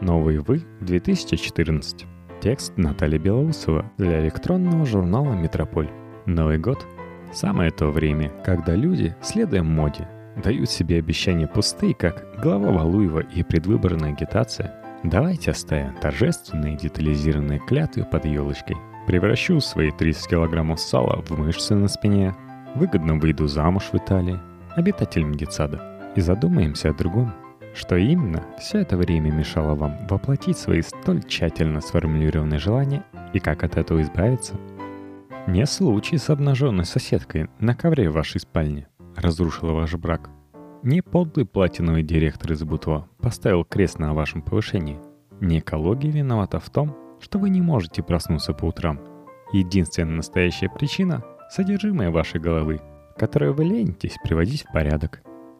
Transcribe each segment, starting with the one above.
Новый вы 2014. Текст Натальи Белоусова для электронного журнала «Метрополь». Новый год – самое то время, когда люди, следуя моде, дают себе обещания пустые, как глава Валуева и предвыборная агитация. Давайте оставим торжественные детализированные клятвы под елочкой. Превращу свои 30 килограммов сала в мышцы на спине, выгодно выйду замуж в Италии, обитателем детсада. И задумаемся о другом. Что именно все это время мешало вам воплотить свои столь тщательно сформулированные желания и как от этого избавиться? Не случай с обнаженной соседкой на ковре в вашей спальне разрушила ваш брак. Не подлый платиновый директор из Бутова поставил крест на вашем повышении. Не экология виновата в том, что вы не можете проснуться по утрам. Единственная настоящая причина – содержимое вашей головы, которое вы ленитесь приводить в порядок.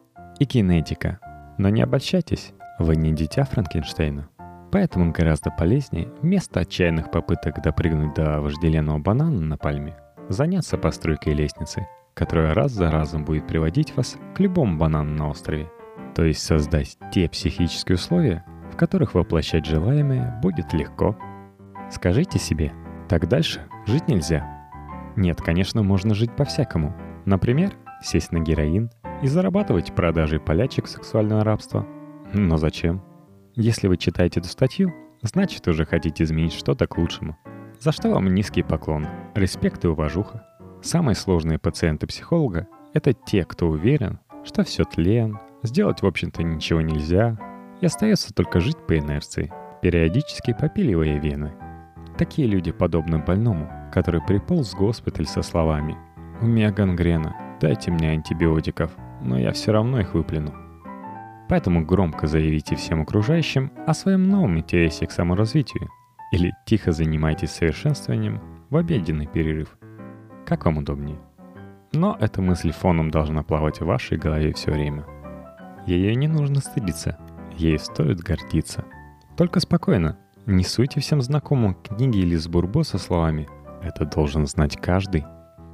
И генетика. Но не обольщайтесь, вы не дитя Франкенштейна. Поэтому гораздо полезнее вместо отчаянных попыток допрыгнуть до вожделенного банана на пальме заняться постройкой лестницы, которая раз за разом будет приводить вас к любому банану на острове. То есть создать те психические условия, в которых воплощать желаемое будет легко. Скажите себе, так дальше жить нельзя. Нет, конечно, можно жить по-всякому. Например, сесть на героин и зарабатывать продажей полячек сексуального рабства. Но зачем? Если вы читаете эту статью, значит уже хотите изменить что-то к лучшему. За что вам низкий поклон, респект и уважуха. Самые сложные пациенты психолога – это те, кто уверен, что все тлен, сделать в общем-то ничего нельзя, и остается только жить по инерции, периодически попиливая вены. Такие люди подобны больному, который приполз в госпиталь со словами «У меня гангрена, дайте мне антибиотиков, но я все равно их выплюну». Поэтому громко заявите всем окружающим о своем новом интересе к саморазвитию или тихо занимайтесь совершенствованием в обеденный перерыв. Как вам удобнее. Но эта мысль фоном должна плавать в вашей голове все время. Ее не нужно стыдиться, ею стоит гордиться. Только спокойно, не суйте всем знакомым книги или сбурбо со словами «это должен знать каждый».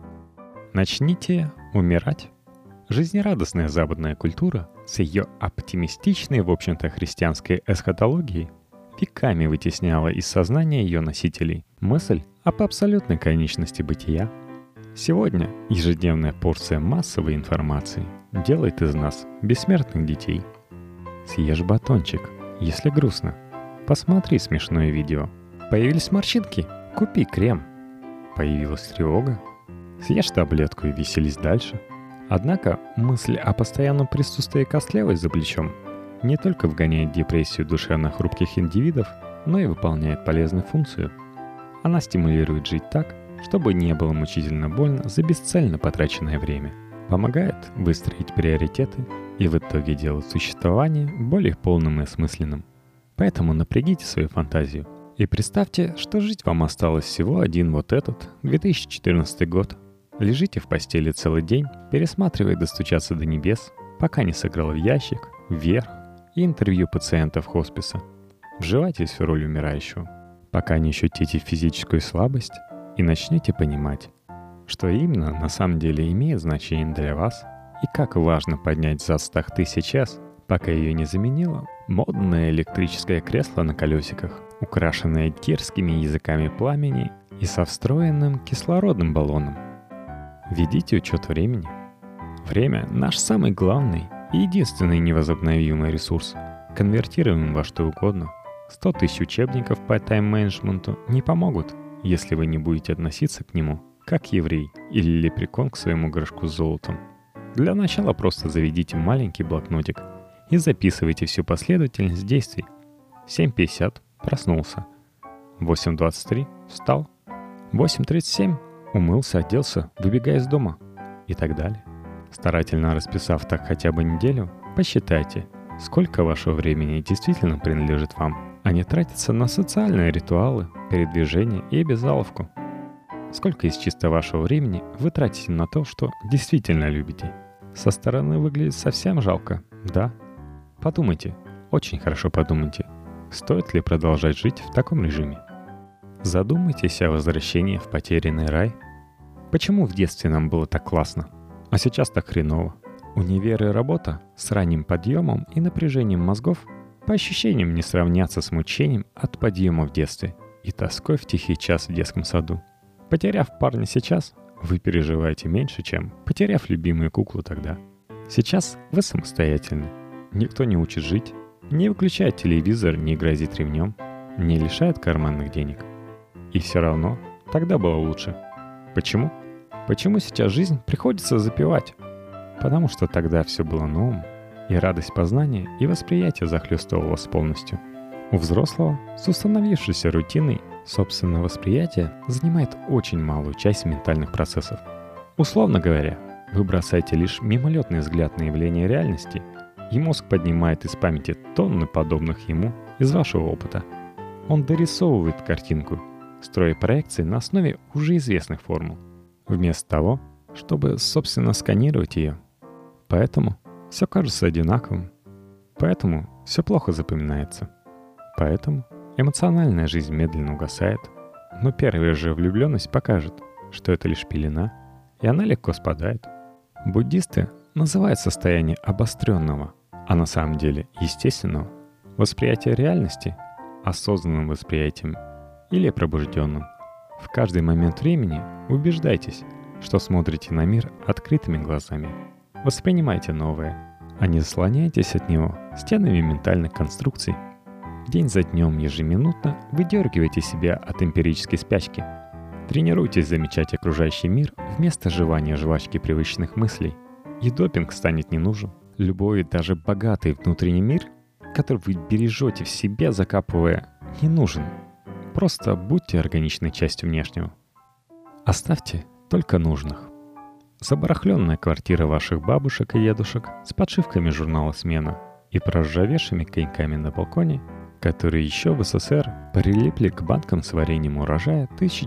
Начните умирать. Жизнерадостная западная культура с ее оптимистичной, в общем-то, христианской эсхатологией веками вытесняла из сознания ее носителей мысль об абсолютной конечности бытия. Сегодня ежедневная порция массовой информации делает из нас бессмертных детей. Съешь батончик, если грустно. Посмотри смешное видео. Появились морщинки? Купи крем. Появилась тревога? Съешь таблетку и веселись дальше. Однако мысль о постоянном присутствии костлявой за плечом не только вгоняет депрессию душевно хрупких индивидов, но и выполняет полезную функцию. Она стимулирует жить так, чтобы не было мучительно больно за бесцельно потраченное время. Помогает выстроить приоритеты и в итоге делать существование более полным и осмысленным. Поэтому напрягите свою фантазию и представьте, что жить вам осталось всего один вот этот 2014 год. Лежите в постели целый день, пересматривая «Достучаться до небес», пока не сыграл в ящик, вверх и интервью пациентов хосписа. Вживайтесь в роль умирающего, пока не ощутите физическую слабость и начнете понимать, что именно на самом деле имеет значение для вас и как важно поднять зад с тахты сейчас, пока ее не заменило модное электрическое кресло на колесиках, украшенное дерзкими языками пламени и со встроенным кислородным баллоном. Ведите учет времени. Время – наш самый главный и единственный невозобновимый ресурс. Конвертируем во что угодно. 100 тысяч учебников по тайм-менеджменту не помогут, если вы не будете относиться к нему как еврей или лепрекон к своему горшку с золотом. Для начала просто заведите маленький блокнотик и записывайте всю последовательность действий. 7:50 – проснулся. 8:23 – встал. 8:37 – умылся, оделся, выбегая из дома и так далее. Старательно расписав так хотя бы неделю, посчитайте, сколько вашего времени действительно принадлежит вам, а не тратится на социальные ритуалы, передвижения и обязаловку. Сколько из чисто вашего времени вы тратите на то, что действительно любите. Со стороны выглядит совсем жалко, да? Подумайте, очень хорошо подумайте, стоит ли продолжать жить в таком режиме. Задумайтесь о возвращении в потерянный рай. Почему в детстве нам было так классно, а сейчас так хреново? Универ и работа с ранним подъемом и напряжением мозгов по ощущениям не сравнятся с мучением от подъема в детстве и тоской в тихий час в детском саду. Потеряв парня сейчас, вы переживаете меньше, чем потеряв любимую куклу тогда. Сейчас вы самостоятельны. Никто не учит жить, не выключает телевизор, не грозит ремнем, не лишает карманных денег. И все равно тогда было лучше. Почему? Почему сейчас жизнь приходится запивать? Потому что тогда все было новым, и радость познания и восприятия захлестывала вас полностью. У взрослого с установившейся рутиной собственное восприятие занимает очень малую часть ментальных процессов. Условно говоря, вы бросаете лишь мимолетный взгляд на явление реальности, и мозг поднимает из памяти тонны подобных ему из вашего опыта. Он дорисовывает картинку, строя проекции на основе уже известных формул, вместо того, чтобы, собственно, сканировать ее. Поэтому все кажется одинаковым. Поэтому все плохо запоминается. Поэтому эмоциональная жизнь медленно угасает. Но первая же влюбленность покажет, что это лишь пелена, и она легко спадает. Буддисты называют состояние обостренного, а на самом деле естественного, восприятия реальности осознанным восприятием или пробужденным. В каждый момент времени убеждайтесь, что смотрите на мир открытыми глазами. Воспринимайте новое, а не заслоняйтесь от него стенами ментальных конструкций. День за днем ежеминутно выдергивайте себя от эмпирической спячки. Тренируйтесь замечать окружающий мир вместо жевания жвачки привычных мыслей. И допинг станет не нужен. Любой, даже богатый внутренний мир, который вы бережете в себе, закапывая, не нужен. Просто будьте органичной частью внешнего. Оставьте только нужных. Забарахленная квартира ваших бабушек и дедушек с подшивками журнала «Смена» и проржавевшими коньками на балконе, которые еще в СССР прилипли к банкам с вареньем урожая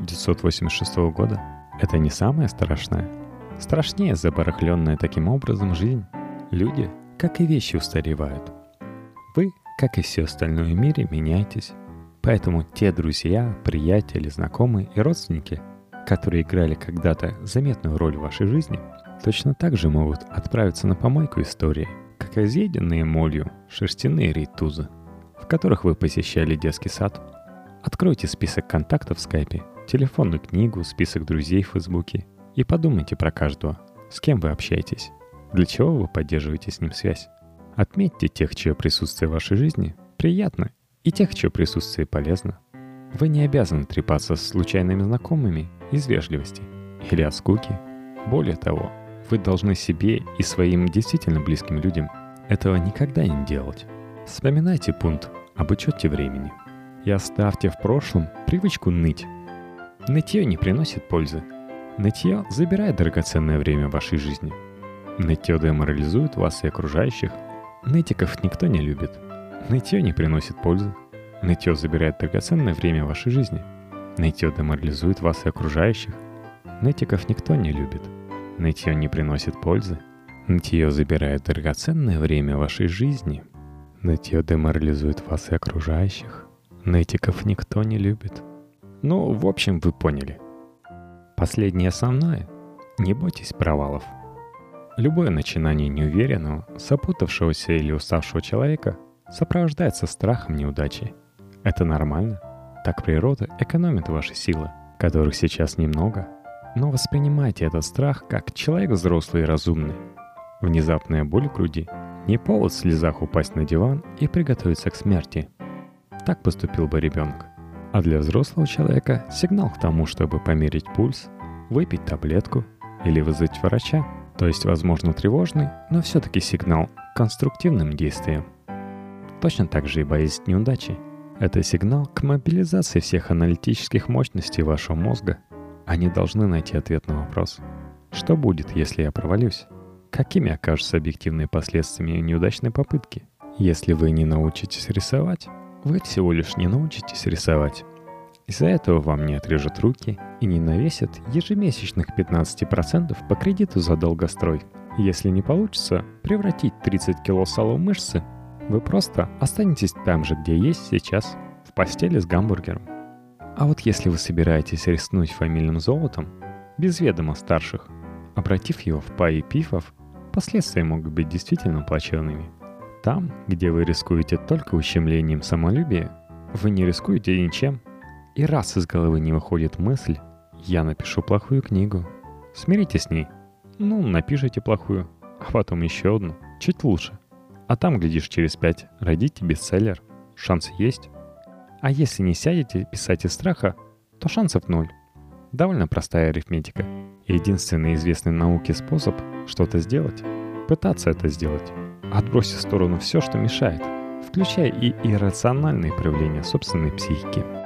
1986 года. Это не самое страшное. Страшнее забарахленная таким образом жизнь. Люди, как и вещи, устаревают. Вы, как и все остальное в мире, меняетесь. Поэтому те друзья, приятели, знакомые и родственники, которые играли когда-то заметную роль в вашей жизни, точно так же могут отправиться на помойку истории, как изъеденные молью шерстяные рейтузы, в которых вы посещали детский сад. Откройте список контактов в скайпе, телефонную книгу, список друзей в фейсбуке и подумайте про каждого, с кем вы общаетесь, для чего вы поддерживаете с ним связь. Отметьте тех, чье присутствие в вашей жизни приятно, и тех, чье присутствие полезно. Вы не обязаны трепаться с случайными знакомыми из вежливости или от скуки. Более того, вы должны себе и своим действительно близким людям этого никогда не делать. Вспоминайте пункт об учете времени и оставьте в прошлом привычку ныть. Нытье не приносит пользы. Нытье забирает драгоценное время вашей жизни. Нытье деморализует вас и окружающих. Нытиков никто не любит. Нытье не приносит пользы. Нытье забирает драгоценное время вашей жизни. Нытье деморализует вас и окружающих. Нытиков никто не любит. Нытье не приносит пользы. Нытье забирает драгоценное время вашей жизни. Нытье деморализует вас и окружающих. Нытиков никто не любит. Ну, в общем, вы поняли. Последнее основное. Не бойтесь провалов. Любое начинание неуверенного, запутавшегося или уставшего человека сопровождается страхом неудачи. Это нормально. Так природа экономит ваши силы, которых сейчас немного. Но воспринимайте этот страх как человек взрослый и разумный. Внезапная боль в груди – не повод в слезах упасть на диван и приготовиться к смерти. Так поступил бы ребенок. А для взрослого человека сигнал к тому, чтобы померить пульс, выпить таблетку или вызвать врача. То есть, возможно, тревожный, но все-таки сигнал к конструктивным действиям. Точно так же и боязнь неудачи. Это сигнал к мобилизации всех аналитических мощностей вашего мозга. Они должны найти ответ на вопрос. Что будет, если я провалюсь? Какими окажутся объективные последствия неудачной попытки? Если вы не научитесь рисовать, вы всего лишь не научитесь рисовать. Из-за этого вам не отрежут руки и не навесят ежемесячных 15% по кредиту за долгострой. Если не получится превратить 30 кило сала в мышцы, вы просто останетесь там же, где есть сейчас, в постели с гамбургером. А вот если вы собираетесь рискнуть фамильным золотом, без ведома старших, обратив его в паи пифов, последствия могут быть действительно плачевными. Там, где вы рискуете только ущемлением самолюбия, вы не рискуете ничем. И раз из головы не выходит мысль «я напишу плохую книгу», смиритесь с ней. Ну, напишите плохую, а потом еще одну, чуть лучше. А там, глядишь, через 5 родите бестселлер. Шансы есть. А если не сядете писать из страха, то шансов 0. Довольно простая арифметика. Единственный известный науке способ что-то сделать — пытаться это сделать, отбросив в сторону все, что мешает, включая и иррациональные проявления собственной психики.